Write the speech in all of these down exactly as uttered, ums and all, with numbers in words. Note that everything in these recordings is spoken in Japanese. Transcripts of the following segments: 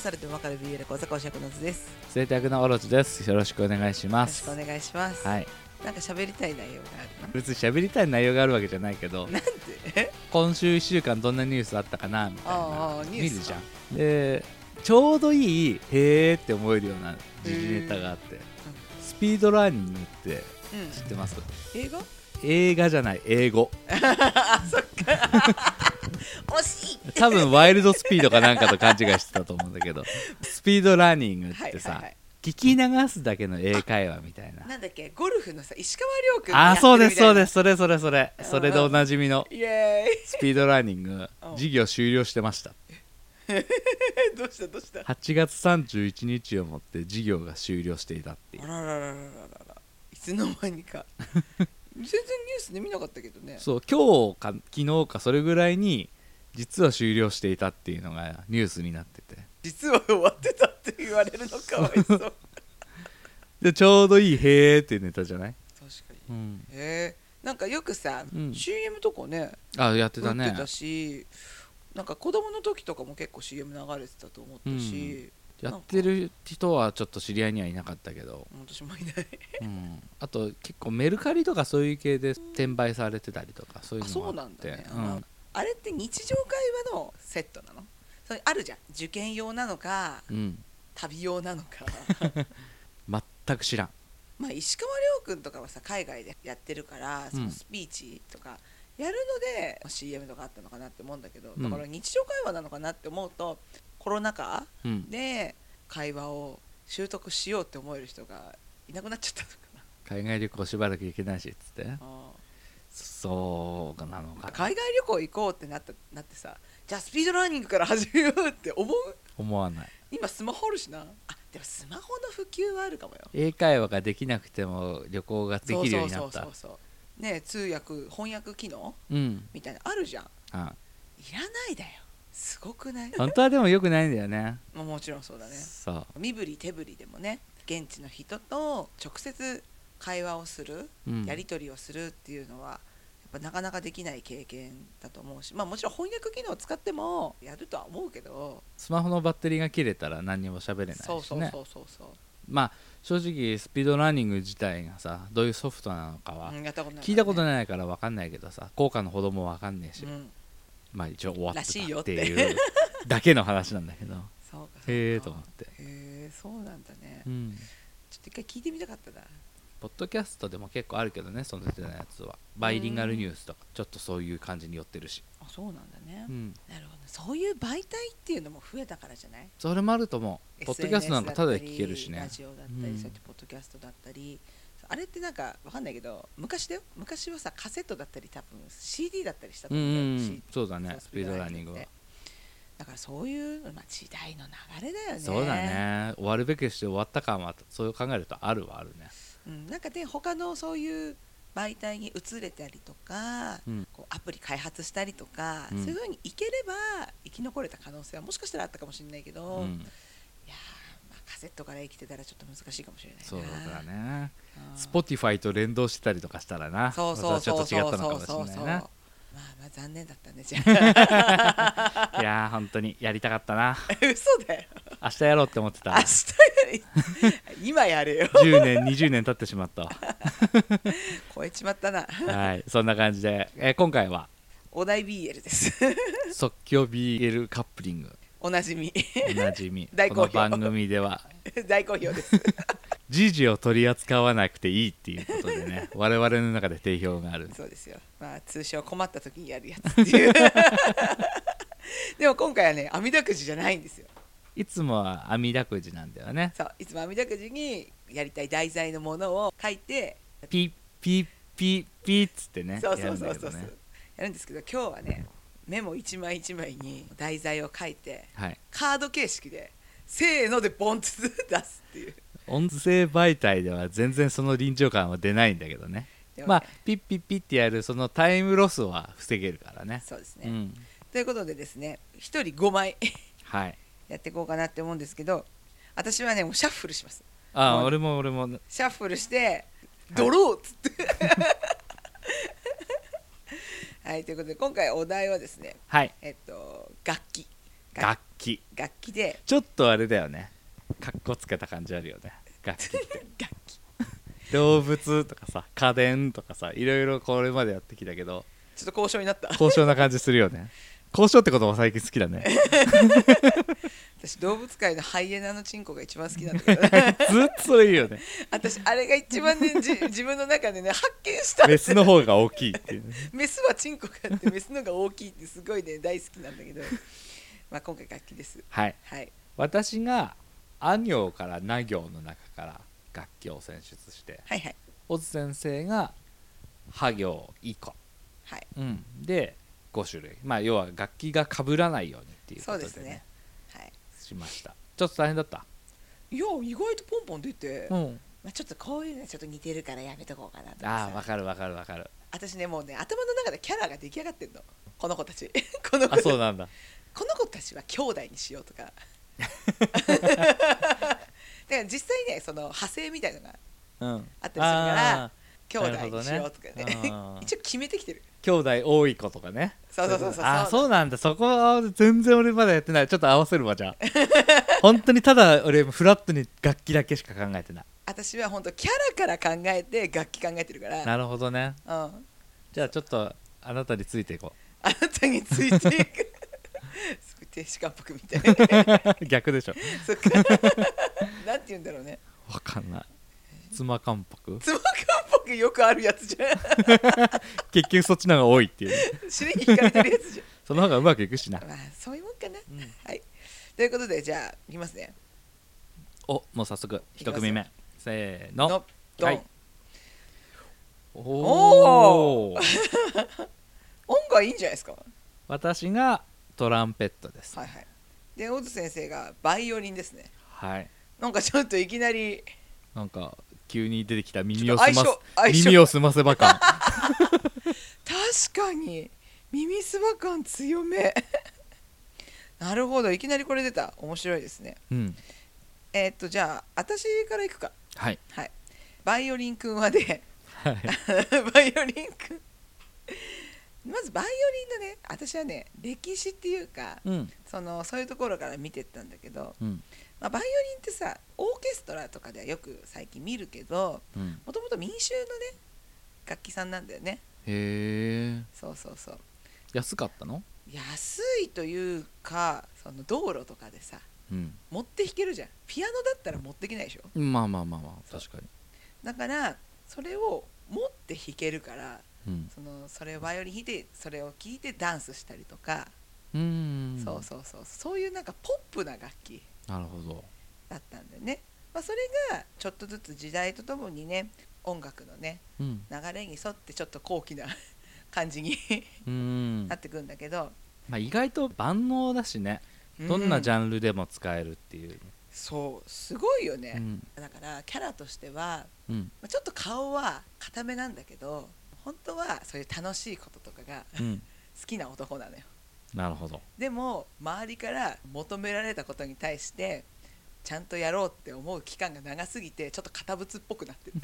されても分かる ビーエル 講座講師役の図です。 生徒役のオロチです。よろしくお願いします。 よろしくお願いします。 はい。 なんか喋りたい内容があるの？ 別に喋りたい内容があるわけじゃないけど、 なんで今週いっしゅうかんどんなニュースあったかなみたいなああニュース見るじゃん。でちょうどいいへーって思えるような時事ネタがあって、うん、スピードラーニングって知ってます？ うん、映画？ 映画じゃない、英語。 あ、そっか惜しい多分ワイルドスピードかなんかと勘違いしてたと思うんだけどスピードラーニングってさ、はいはいはい、聞き流すだけの英会話みたいな。 なんだっけ、ゴルフのさ石川遼君がやってるみたいな。 あ、そうですそうです、それそれそれ、うん、それでおなじみのイエーイスピードラーニング授業終了してましたどうしたどうした。 はちがつさんじゅういちにちをもって授業が終了していたっていう。 あららららららら、いつの間にか全然ニュースで見なかったけどね。 そう、今日か昨日かそれぐらいに実は終了していたっていうのがニュースになってて、 実は終わってたって言われるのかわいそうでちょうどいいへーっていうネタじゃない？ 確かに、 うん、 へー、なんかよくさ、うん、シーエム とかね、 あ、やってたね。 やってたし、なんか子供の時とかも結構 シーエム 流れてたと思ったし、 うん、やってる人はちょっと知り合いにはいなかったけど、 私もいないうん、あと結構メルカリとかそういう系で転売されてたりとか、そういうのもあって。あ、そうなんだね、うん、 あれって日常会話のセットなの？それあるじゃん、受験用なのか、うん、旅用なのか全く知らん。 まあ石川遼君とかはさ海外でやってるから、そのスピーチとかやるので シーエム とかあったのかなって思うんだけど、だから日常会話なのかなって思うと、コロナ禍で会話を習得しようって思える人がいなくなっちゃったのかな。 海外旅行しばらく行けないしっつって。ああ、そうなのか。 海外旅行行こうってなった、なってさ、じゃあスピードラーニングから始めようって思う？ 思わない。 今スマホあるしな。あ、でもスマホの普及はあるかもよ。 英会話ができなくても旅行ができるようになった。そうそうそうそうね、通訳翻訳機能、うん、みたいなあるじゃん、うん、いらないだよ。すごくない？ 本当はでも良くないんだよねも, もちろんそうだね。 そう、 身振り手振りでもね、現地の人と直接会話をする、うん、やり取りをするっていうのはやっぱなかなかできない経験だと思うし、まあもちろん翻訳機能を使ってもやるとは思うけど、 スマホのバッテリーが切れたら何にも喋れないしね。 そうそうそうそうそう。 まあ正直スピードラーニング自体がさどういうソフトなのかは聞いたことないから分かんないけどさ、効果のほども分かんないし、うん、まあ一応終わってたっていうだけの話なんだけどそうかそうか、 へえと思って、へえそうなんだね、うん、ちょっと一回聞いてみたかったな。 ポッドキャストでも結構あるけどね、その手のやつはバイリンガルニュースとかちょっとそういう感じに寄ってるし。 あ、そうなんだね、うん、なるほど。そういう媒体っていうのも増えたからじゃない？ それもあると思う。ポッドキャストなんかただで聞けるしね、 ラジオだったり、うん、そうやってポッドキャストだったり、あれってなんかわかんないけど昔だよ、昔はさカセットだったり多分 シーディー だったりしたと思う、うんうん、 そうだね、スピードラーニングは。 だからそういうの、まあ、時代の流れだよね。 そうだね、終わるべくして終わった感はそう考えるとあるはあるね、 うん、なんかで他のそういう媒体に移れたりとか、うん、こうアプリ開発したりとか、うん、そういう風にいければ生き残れた可能性はもしかしたらあったかもしれないけど、うん、いや、まあ、カセットから生きてたらちょっと難しいかもしれないな。 そうだね、Spotify と連動してたりとかしたらな、 そうそうそうそうそう、 またちょっと違ったのかもしれないな。 まあまあ残念だったねじゃあいやー本当にやりたかったな嘘だよ、 明日やろうって思ってた。 明日やれ今やれよじゅうねんにじゅうねん経ってしまったわ超えちまったなはい、そんな感じで、えー、今回はお題 ビーエル です即興 ビーエル カップリング、 おなじみおなじみ大好評、 この番組では大好評です時事を取り扱わなくていいっていうことでね我々の中で定評がある。 そうですよ、まあ通称困った時にやるやつっていうでも今回はね網だくじじゃないんですよ。 いつもは網だくじなんだよね。 そう、いつも網だくじにやりたい題材のものを書いてピッピッピッピッつってね、 そうそうそうそう、ね、やるんですけど、今日はねメモ一枚一枚に題材を書いて、はい、カード形式でせーのでボンと出すっていう。 音声媒体では全然その臨場感は出ないんだけどね。まあピッピッピッってやるそのタイムロスは防げるからね。 そうですね、うん、ということでですね、ひとりごまいはいやっていこうかなって思うんですけど、私はねもうシャッフルします。 ああ、俺も俺もシャッフルしてドローっつってはい、ということで今回お題はですね、 はい、 えっと楽器楽器楽器でちょっとあれだよね、かっこつけた感じあるよね楽器って楽器動物とかさ家電とかさいろいろこれまでやってきたけどちょっと交渉になった交渉な感じするよね交渉ってことも最近好きだね私動物界のハイエナのチンコが一番好きなんだけど、ね、 ずっとそれいいよね私あれが一番ねじ自分の中でね発見したメスの方が大きいっていう、ね、 メスはチンコがあってメスの方が大きいってすごいね大好きなんだけどまあ今回楽器です。 はい、 はい、 私があ行からな行の中から楽器を選出して、 はいはい、 オズ先生がは行以降、 はい、 うん、でご種類、まあ要は楽器が被らないようにっていうことで ね, そうですね、はい、 しました。ちょっと大変だった？ いや意外とポンポン出て、 うんまあ、ちょっとこういうのちょっと似てるからやめとこうかなとか。 ああ分かる分かる分かる。 私ねもうね頭の中でキャラが出来上がってんのこの子たちこの子たちあそうなんだこの子たちは兄弟にしようとかだから実際ねその派生みたいなのがあったりするから、うん、兄弟にしようとかね、ね一応決めてきてる。 兄弟多い子とかね。 そうそうそうそう。 あそうなんだ。そこは全然俺まだやってない。ちょっと合わせるわじゃあ本当にただ俺フラットに楽器だけしか考えてない。 私は本当キャラから考えて楽器考えてるから。 なるほどね、 うん、 じゃあちょっとあなたについていこう。 あなたについていくすごい亭主関白みたいな逆でしょそっかなんて言うんだろうね。 わかんない。妻関白妻関白よくあるやつじゃん結局そっちの方が多いっていう、ね、 尻に引かれてるやつじゃんその方がうまくいくしな。 まあそういうもんかな、 うん、 はいということでじゃあいきますね。 おもう早速一組目せーののドン、 はい、おお音がいいんじゃないですか。 私がトランペットです。 はいはい。でオズ先生がバイオリンですね。 はい。 なんかちょっといきなりなんか急に出てきた耳をすます耳耳をすませば感確かに耳すば感強めなるほどいきなりこれ出た。面白いですね。 うんえー、っとじゃあ私からいくか。 はい、 はい、バイオリンくんはね、 はい、 バイオリンくんまずバイオリンのね私はね歴史っていうか、 うん、 そのそういうところから見てったんだけど、 うんまあ、バイオリンってさオーケストラとかではよく最近見るけどもともと民衆のね楽器さんなんだよね。 へえ。 そうそうそう。 安かったの？ 安いというかその道路とかでさ、 うん、 持って弾けるじゃん。ピアノだったら持ってきないでしょ。 まあまあまあまあ確かに。 だからそれを持って弾けるから、 うん、 そのそれをバイオリン弾いてそれを聴いてダンスしたりとか、 うーんそうそうそうそういうなんかポップな楽器なるほどだったんだよね。まあ、それがちょっとずつ時代とともにね音楽のね、うん、流れに沿ってちょっと高貴な感じになってくんだけど、 まあ、意外と万能だしね。どんなジャンルでも使えるっていう、うん、 そうすごいよね、うん、だからキャラとしては、 うんまあ、ちょっと顔は固めなんだけど本当はそういう楽しいこととかが、うん、好きな男なのよ。 なるほど。 でも周りから求められたことに対してちゃんとやろうって思う期間が長すぎてちょっと堅物っぽくなってる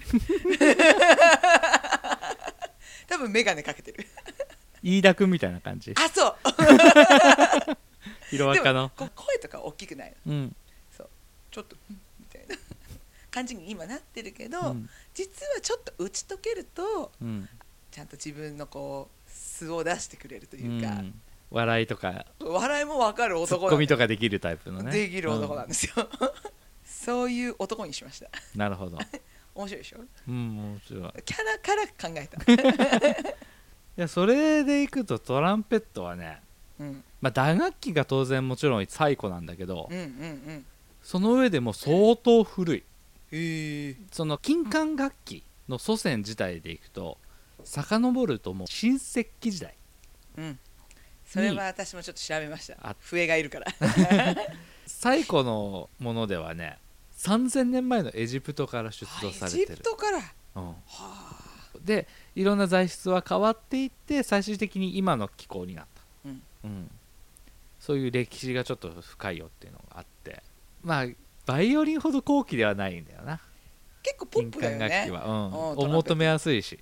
多分眼鏡かけてる飯田君みたいな感じ。 あそうヒロアカの声とか大きくないの、うん、 そうちょっとみたいな感じに今なってるけど、うん、実はちょっと打ち解けると、うん、ちゃんと自分のこう素を出してくれるというか、うん、 笑いとか笑いも分かる男ツッコミとかできるタイプのねできる男なんですよ、うん、そういう男にしました。 なるほど面白いでしょ。 うん面白い。 キャラから考えたいやそれでいくとトランペットはね、うんまあ、打楽器が当然もちろん最古なんだけど、うんうんうん、その上でも相当古い。 へー。 その金管楽器の祖先自体でいくと遡るともう新石器時代、 うん、それは私もちょっと調べました。笛がいるから最古のものではねさんぜんねんまえのエジプトから出土されてる。エジプトから、 うん、はあ。でいろんな材質は変わっていって最終的に今の気候になった、うんうん、そういう歴史がちょっと深いよっていうのがあって、まあバイオリンほど高貴ではないんだよな。 結構ポップだよね。 金管楽器は、うん、お求めやすいし、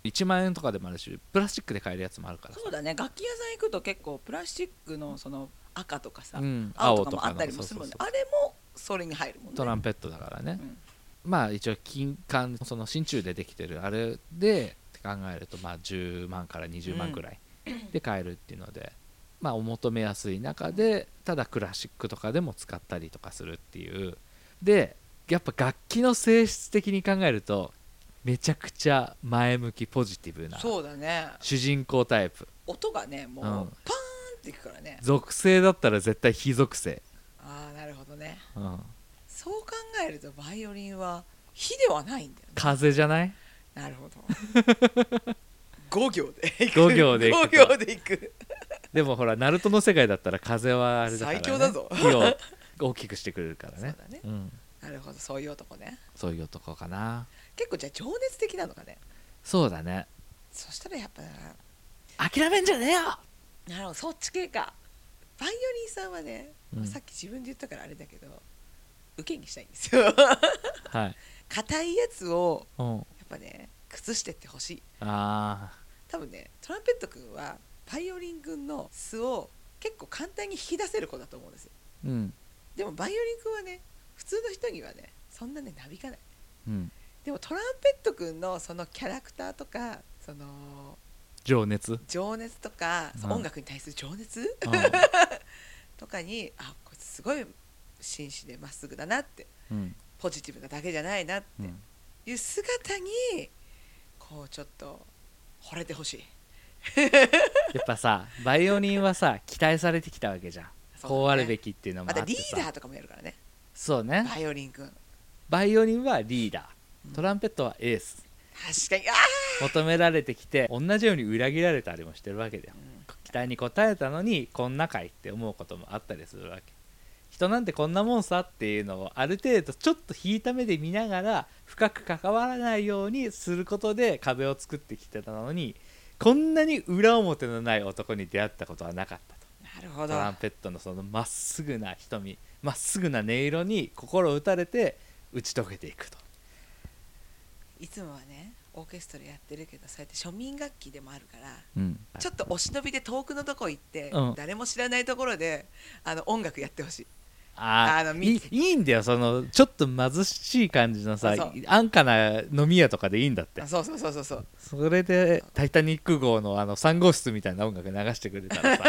いちまんえんとかでもあるしプラスチックで買えるやつもあるからさ。 そうだね、楽器屋さん行くと結構プラスチックのその赤とかさ、 うん、 青とかもあったりもするもんね。あれもそれに入るもんね。 トランペットだからね、 うん、 まあ一応金管その真鍮でできてるあれで考えるとまあじゅうまんからにじゅうまんくらいで買えるっていうので、うん、まあお求めやすい中でただクラシックとかでも使ったりとかするっていうで、やっぱ楽器の性質的に考えるとめちゃくちゃ前向きポジティブな主人公タイプ。 音がねもうパーンっていくからね、 属性だったら絶対非属性。 ああなるほどね、 うん、 そう考えるとバイオリンは火ではないんだよね。 風じゃない？ なるほどご行でいくご行でいくご行でいくでもほらナルトの世界だったら風はあれだから、ね、 最強だぞ火を大きくしてくれるからね。 そうだね、 うん、 なるほど、そういう男ね。 そういう男かな。 結構じゃあ情熱的なのかね。 そうだね。 そしたらやっぱ諦めんじゃねえよ。 なるほど、そっち系か。バイオリンさんはね、うん、さっき自分で言ったからあれだけど受けにしたいんですよはい硬いやつをやっぱね崩してってほしい。あ多分ねトランペット君はバイオリン君の素を結構簡単に引き出せる子だと思うんですよ、うん、でもバイオリン君はね普通の人にはねそんなねなびかない、うん、でもトランペット君のそのキャラクターとかその情熱情熱とか、うん、音楽に対する情熱、うん、とかにあこいつすごい真摯でまっすぐだなって、うん、ポジティブなだけじゃないなっていう姿にこうちょっと惚れてほしいやっぱさバイオリンはさ期待されてきたわけじゃん、ね、こうあるべきっていうのもあってさ、 またリーダーとかもやるからね。 そうね、 バイオリン君バイオリンはリーダー、トランペットはエース、 確かにあ求められてきて同じように裏切られたりもしてるわけだよ、うん、期待に応えたのにこんなかいって思うこともあったりするわけ。人なんてこんなもんさっていうのをある程度ちょっと引いた目で見ながら深く関わらないようにすることで壁を作ってきてたのにこんなに裏表のない男に出会ったことはなかったと。 なるほど。 トランペットのそのまっすぐな瞳まっすぐな音色に心打たれて打ち解けていくと。 いつもはねオーケストラやってるけどそうやって庶民楽器でもあるから、うん、ちょっとお忍びで遠くのとこ行って、うん、誰も知らないところであの音楽やってほしい。 ああのいい、いいんだよそのちょっと貧しい感じのさ安価な飲み屋とかでいいんだって。 そうそうそうそうそう。 それでタイタニック号のあのさん号室みたいな音楽流してくれたらさ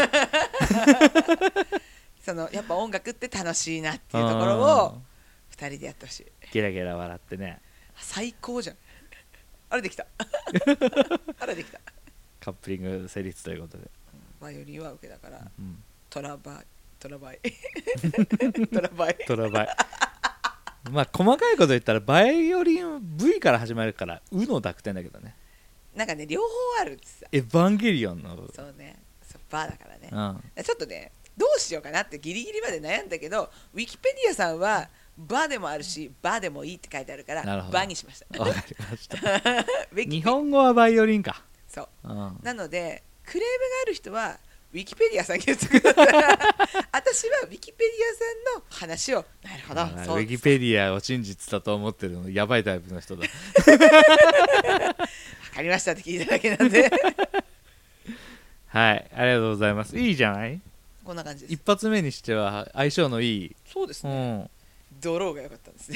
そのやっぱ音楽って楽しいなっていうところをふたりでやってほしい。 ゲラゲラ笑ってね最高じゃん。あれできたあれできた。 カップリング成立ということで、 バイオリンは受けだから、うん、トラバイトラバイトラバイトラバイまあ細かいこと言ったらバイオリン V から始まるからウの濁点だけどね。 なんかね両方あるってさ。 エヴァンゲリオンのそうねそうバーだからね、うん、ちょっとねどうしようかなってギリギリまで悩んだけどウィキペディアさんはバーでもあるしバーでもいいって書いてあるからバーにしました。 わかりました日本語はバイオリンか。 そう、うん、なのでクレームがある人はウィキペディアさんに言ってください私はウィキペディアさんの話をなるほどウィキペディアを真実だと思ってるのやばいタイプの人だわかりましたって聞いただけなんではいありがとうございます。いいじゃない。 こんな感じです。 一発目にしては相性のいい。 そうですね、うん、ドローが良かったんですね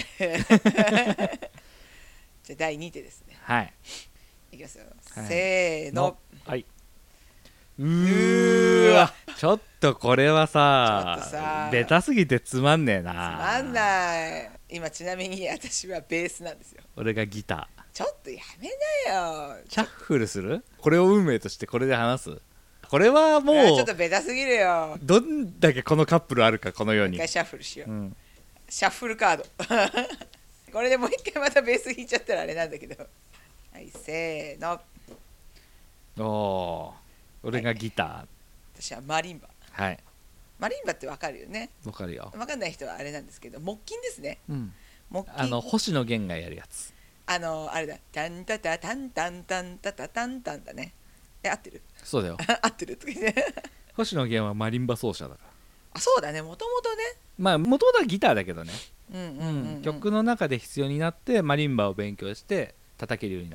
じゃあだいにてですね。 はいいきますよ、はい、せーのはい。うーわちょっとこれはささベタすぎてつまんねえな。つまんない。今ちなみに私はベースなんですよ。 俺がギター。 ちょっとやめなよ。 シャッフルする。これを運命としてこれで話す。これはもうちょっとベタすぎるよ。 どんだけこのカップルあるかこのように。 一回シャッフルしよう、うん、シャッフルカードこれでもう一回またベース弾いちゃったらあれなんだけどはいせーの。 おー俺がギター、はい、 私はマリンバ。はいマリンバってわかるよね。 わかるよ。 わかんない人はあれなんですけど木琴ですね、うん、 木琴あの星野源がやるやつ。 あのあれだタンタタタンタンタンタタタンタンだね。え合ってる。 そうだよ合ってるとか言って星野源はマリンバ奏者だから。 あそうだねもともとね。 まあもともとはギターだけどね、うんうんうんうん、曲の中で必要になってマリンバを勉強して叩けるようになったって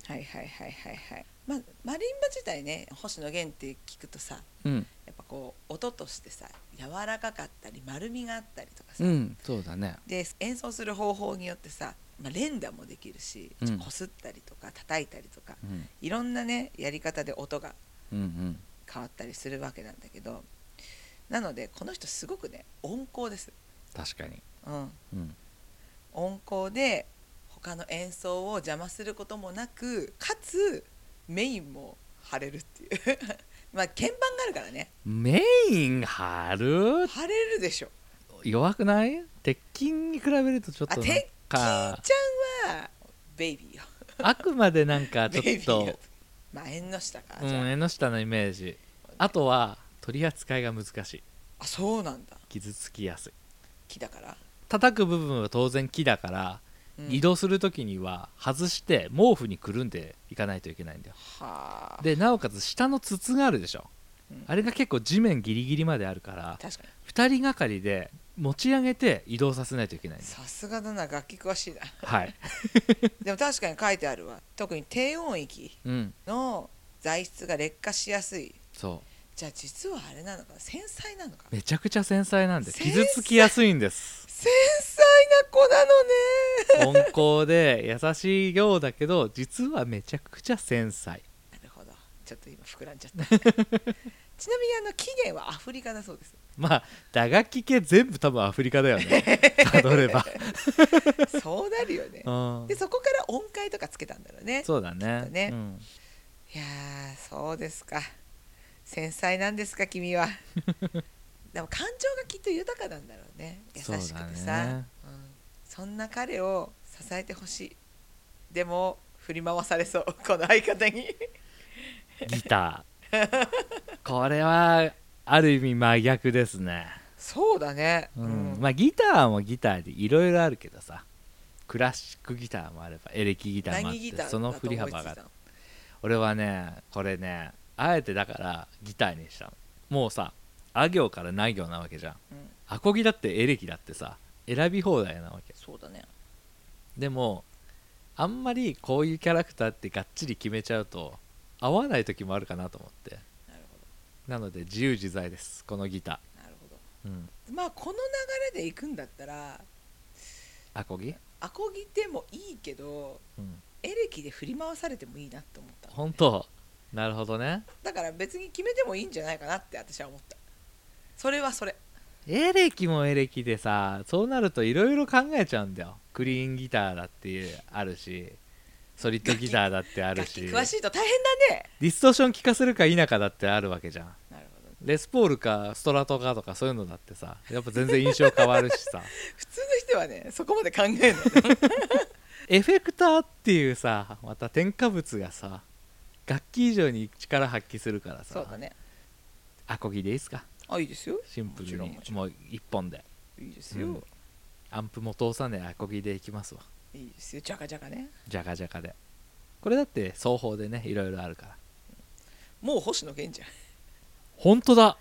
はいはいはいはいはい。まあマリンバ自体ね、星野源って聞くとさ、 うん、 やっぱこう音としてさ柔らかかったり丸みがあったりとかさ、 うん、そうだね。 で演奏する方法によってさ、まあ、連打もできるし、 うん、 こすったりとか叩いたりとか、 うん、 いろんなねやり方で音がうんうん、 変わったりするわけなんだけど、なのでこの人すごくね温厚です。 確かに、 うんうん、 温厚で他の演奏を邪魔することもなく、かつメインも張れるっていうまあ鍵盤があるからね。 メイン張る張れるでしょ。 弱くない？鉄筋に比べるとちょっとなんか、 鉄筋ちゃんはベイビーよあくまでなんかちょっとまあ縁の下か、 うん、 じゃあ縁の下のイメージ。あとは取り扱いが難しい。 あ、そうなんだ。 傷つきやすい。 木だから。 叩く部分は当然木だから、うん、移動するときには外して毛布にくるんでいかないといけないんだよ。はでなおかつ下の筒があるでしょ、うん、あれが結構地面ギリギリまであるから、確かにふたりがかりで持ち上げて移動させないといけないんだよ。 さすがだな、楽器詳しいなはいでも確かに書いてあるわ。特に低音域の材質が劣化しやすい、うん、そうじゃあ実はあれなのか、繊細なのか。 めちゃくちゃ繊細なんで傷つきやすいんです。 繊細な子なのね温厚で優しいようだけど実はめちゃくちゃ繊細。 なるほど、ちょっと今膨らんじゃったちなみにあの起源はアフリカだそうです。 まあ打楽器系全部多分アフリカだよねたどればそうなるよね、うん、でそこから音階とかつけたんだろうね。 そうだね、 ね、うん、いやそうですか。繊細なんですか君はでも感情がきっと豊かなんだろうね。優しくてさ そ,、ねうん、そんな彼を支えてほしい。でも振り回されそうこの相方にギターこれはある意味真逆ですね。 そうだね、 うんうん、まあギターもギターでいろいろあるけどさ、クラシックギターもあればエレキギターもあって、その振り幅が俺はねこれねあえてだからギターにしたの。もうさあ行からな行なわけじゃん、うん、アコギだってエレキだってさ選び放題なわけ。 そうだね。 でもあんまりこういうキャラクターってがっちり決めちゃうと合わない時もあるかなと思って。なるほど。なので自由自在ですこのギター。なるほど、うん、まあこの流れでいくんだったらアコギアコギでもいいけど、うん、エレキで振り回されてもいいなって思った、ね、 本当。なるほどね。 だから別に決めてもいいんじゃないかなって私は思った。それはそれ。 エレキもエレキでさ、そうなるといろいろ考えちゃうんだよ。クリーンギターだってあるしソリッドギターだってあるし、 詳しいと大変だね。 ディストーション効かせるか否かだってあるわけじゃん。なるほど。レスポールかストラトかとかそういうのだってさやっぱ全然印象変わるしさ普通の人はねそこまで考えないエフェクターっていうさまた添加物がさ楽器以上に力発揮するからさ。 そうだね。 アコギでいいですか。 あ、いいですよ。 シンプルにもう一本でいいですよ、うん、 アンプも通さねえアコギでいきますわ。 いいですよ。ジャカジャカね。 ジャカジャカでこれだって双方でねいろいろあるから。 もう星野源じゃん。 ほんとだ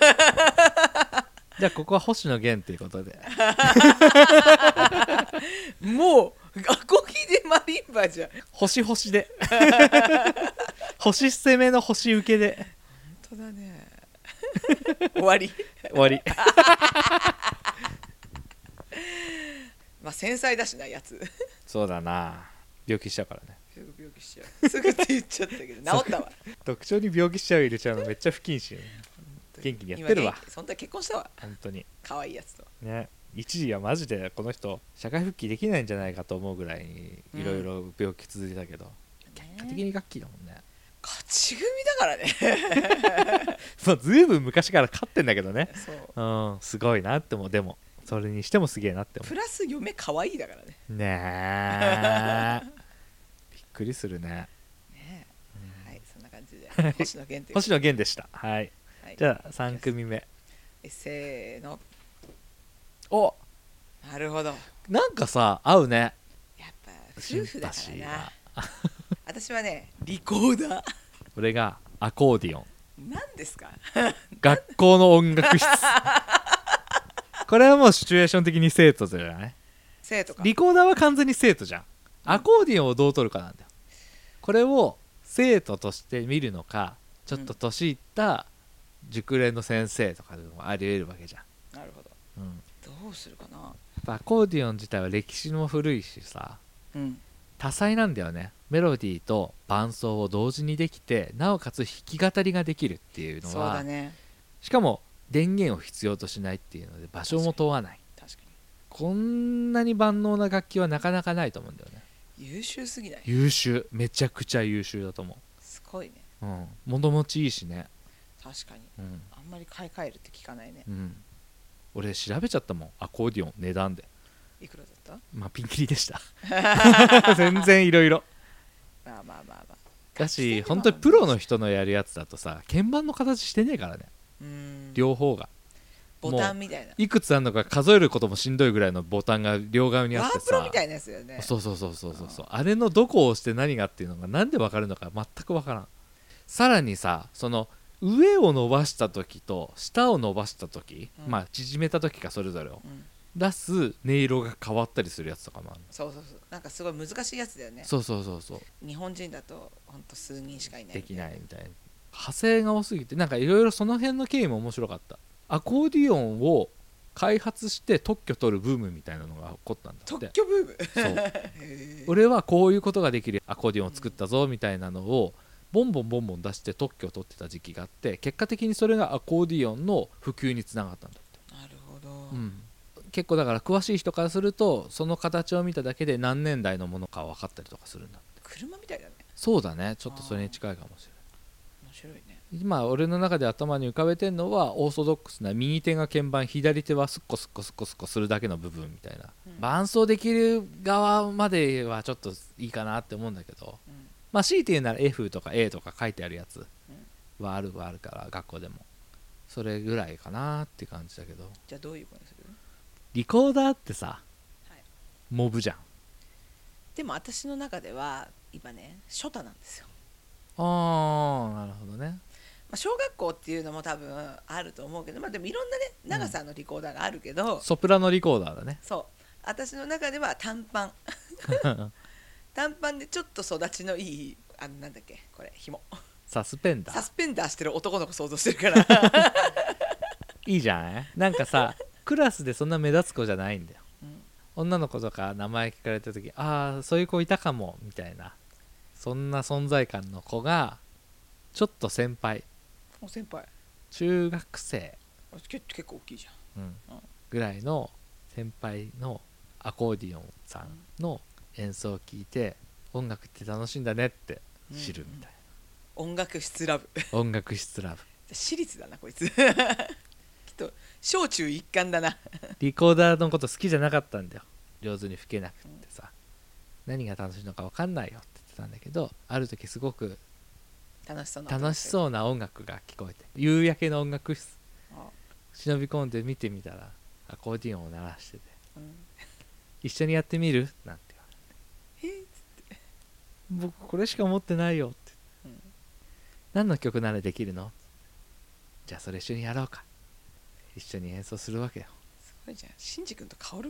じゃあここは星野源っていうことでもうアコギでマリンバじゃん。 星星で星攻めの星受けで。 本当だね終わり終わりまあ繊細だしなやつそうだな。病気しちゃうからね。 病気しちゃう。すぐって言っちゃったけど治ったわ特徴に病気しちゃう入れちゃうのめっちゃ不謹慎元気にやってるわ。 そんな結婚したわ本当に。 可愛いやつとね。一時はマジでこの人社会復帰できないんじゃないかと思うぐらいにいろいろ病気続いたけど、うん、結果的に楽器だもんね。 勝ち組だからねもうずいぶん昔から勝ってんだけどね。そう、うん、すごいなっても。でもそれにしてもすげえなって思う。 プラス嫁可愛いだからね。 ねえびっくりするね。ねえ、うん、はい、そんな感じで星野源星野源でした。はい、はい、じゃあさん組目せーの。 お、 なるほど。 なんかさ合うね。 やっぱ夫婦だからな私はねリコーダー。 俺がアコーディオン。 何ですか学校の音楽室これはもうシチュエーション的に生徒じゃない。 生徒か。 リコーダーは完全に生徒じゃん。アコーディオンをどう取るかなんだよ。 これを生徒として見るのか、ちょっと年いった熟練の先生とかでもあり得るわけじゃん。 なるほど、 うん、 どうするかな。やっぱアコーディオン自体は歴史も古いしさ、うん、多彩なんだよね。メロディーと伴奏を同時にできて、なおかつ弾き語りができるっていうのは、 そうだね、 しかも電源を必要としないっていうので場所も問わない。 確かにこんなに万能な楽器はなかなかないと思うんだよね。 優秀すぎない？ 優秀、めちゃくちゃ優秀だと思う。 すごいね。 うん、物持ちいいしね。 確かに、 うん、 あんまり買い替えるって聞かないね。 うん、俺調べちゃったもん、アコーディオン値段で。 いくらだった？ まあピンキリでした全然いろいろ。 まあまあまあまあ。 だし本当にプロの人のやるやつだとさ、鍵盤の形してねえからね。うん、両方がボタンみたいな、 いくつあるのか数えることもしんどいぐらいのボタンが両側にあってさ、 ワープロみたいなやつだよね。 そうそうそうそうそうそう、あれのどこを押して何がっていうのがなんで分かるのか全く分からん。さらにさ、その上を伸ばした時と下を伸ばした時、うん、まあ縮めた時かそれぞれを、うん、出す音色が変わったりするやつとかもある。 そうそうそう、なんかすごい難しいやつだよね。 そうそうそうそう、 日本人だとほんと数人しかいないできないみたいな。派生が多すぎて、なんかいろいろその辺の経緯も面白かった。アコーディオンを開発して特許取るブームみたいなのが起こったんだって。 特許ブームそう俺はこういうことができるアコーディオンを作ったぞみたいなのをボンボンボンボン出して特許を取ってた時期があって、結果的にそれがアコーディオンの普及につながったんだって。 なるほど、 うん、結構だから詳しい人からするとその形を見ただけで何年代のものか分かったりとかするんだって。 車みたいだね。 そうだね、ちょっとそれに近いかもしれない。 面白いね。 今俺の中で頭に浮かべてるのはオーソドックスな右手が鍵盤、左手はスッコスッコスッコスッコするだけの部分みたいな、うん、伴奏できる側まではちょっといいかなって思うんだけど、うん、まあ強いて言うなら F とか A とか書いてあるやつはあるはあるから学校でもそれぐらいかなって感じだけど。 じゃあどういうことにする？ リコーダーってさ、はい、モブじゃん。 でも私の中では今ねショタなんですよ。 あー、なるほどね。 まあ、小学校っていうのも多分あると思うけど、まあ、でもいろんなね長さのリコーダーがあるけど、うん、 ソプラノリコーダーだね。 そう私の中では短パン短パンでちょっと育ちのいいあのなんだっけこれ紐サスペンダーサスペンダーしてる男の子想像してるからいいじゃない。なんかさクラスでそんな目立つ子じゃないんだよ、うん、女の子とか名前聞かれた時、ああそういう子いたかもみたいな、そんな存在感の子がちょっと先輩、 お先輩中学生結構大きいじゃん、うんうん、ぐらいの先輩のアコーディオンさんの演奏を聞いて、音楽って楽しいんだねって知るみたいな、 うんうん、音楽室ラブ音楽室ラブ私立だなこいつきっと小中一貫だなリコーダーのこと好きじゃなかったんだよ、上手に吹けなくてさ、うん、何が楽しいのか分かんないよって言ってたんだけど、ある時すごく楽しそうな楽しそうな音楽が聞こえて、夕焼けの音楽室忍び込んで見てみたらアコーディオンを鳴らしてて、うん、一緒にやってみるなんて言われて、えっつって僕これしか持ってないよって、うん、何の曲ならできるの、じゃあそれ一緒にやろうか、一緒に演奏するわけよ。 すごいじゃん、シンジ君と薫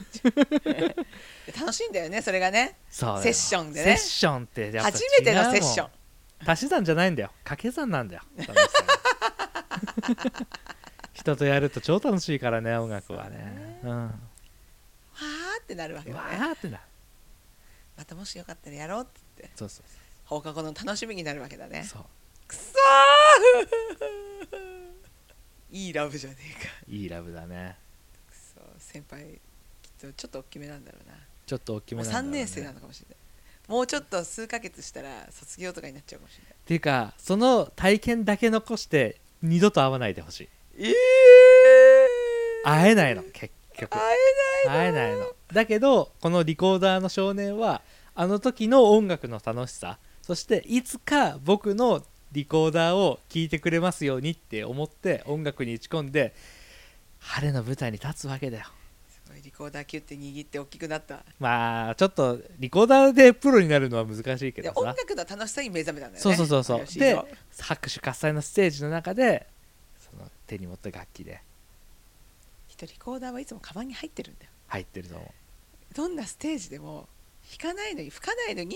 楽しいんだよねそれがね。 そうセッションでね、 セッションってやっぱ初めてのセッション、 足し算じゃないんだよ、掛け算なんだよ人とやると超楽しいからね音楽は ね, ね、うん、わーってなるわけだね。 わーってなる、 またもしよかったらやろうって言って、 そうそうそう、 放課後の楽しみになるわけだね。 そう、 くそーいいラブじゃねえか。 いいラブだね。 くそ、先輩きっとちょっと大きめなんだろうな。 ちょっと大きめなんだろうね。 もうさんねん生なのかもしれない。もうちょっと数ヶ月したら卒業とかになっちゃうかもしれない。 っていうかその体験だけ残して二度と会わないでほしい。 えー、 会えないの結局。 会えないの。 会えないの。だけどこのリコーダーの少年はあの時の音楽の楽しさ、そしていつか僕のリコーダーを聴いてくれますようにって思って音楽に打ち込んで晴れの舞台に立つわけだよ。 リコーダーキュッて握って大きくなった。 まあちょっとリコーダーでプロになるのは難しいけどさ、 音楽の楽しさに目覚めたんだよね。 そうそうそうそう。で拍手喝采のステージの中でその手に持った楽器で、 きっとリコーダーはいつもカバンに入ってるんだよ。 入ってると思う。 どんなステージでも弾かないのに吹かないのに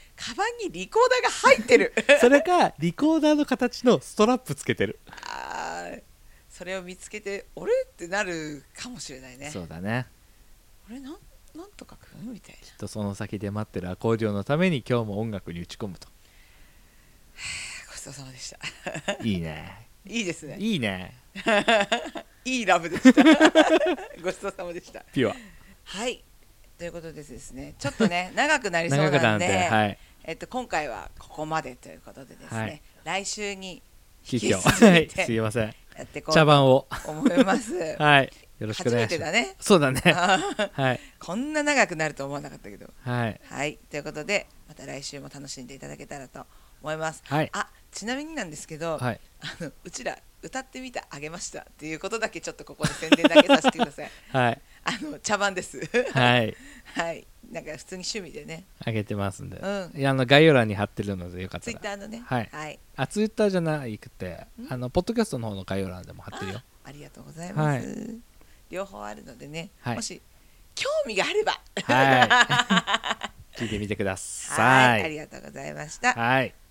カバンにリコーダーが入ってるそれかリコーダーの形のストラップつけてる。 あー、それを見つけて俺ってなるかもしれないね。 そうだね。 俺なんなんとかくんみたいな。 きっとその先で待ってるアコーディオンのために今日も音楽に打ち込むと。 ごちそうさまでしたいいね。 いいですね。 いいね。 いいラブでしたごちそうさまでした。 ピュア。 はい、ということでですね、ちょっとね長くなりそうなんで、 長くなってはい、 えっと、今回はここまでということでですね、はい、来週に引き続いてすいませんやってこう茶番を思いますはい、 よろしくお願いします。初めてだね。 そうだねはい、 こんな長くなると思わなかったけど、 はい、 はい、ということでまた来週も楽しんでいただけたらと思います。 はい、 あ、ちなみになんですけど、 はい、 あのうちら歌ってみてあげましたっていうことだけちょっとここで宣伝だけさせてくださいはい、 あの茶番ですはいはい、なんか普通に趣味でねあげてますんで、 うん、 いやあの概要欄に貼ってるのでよかったらツイッターのね、 はい、はい、あツイッターじゃなくてあのポッドキャストの方の概要欄でも貼ってるよ。 あ, ありがとうございます、はい、両方あるのでね、はい、もし興味があればはい聞いてみてください。はい、ありがとうございました。はい。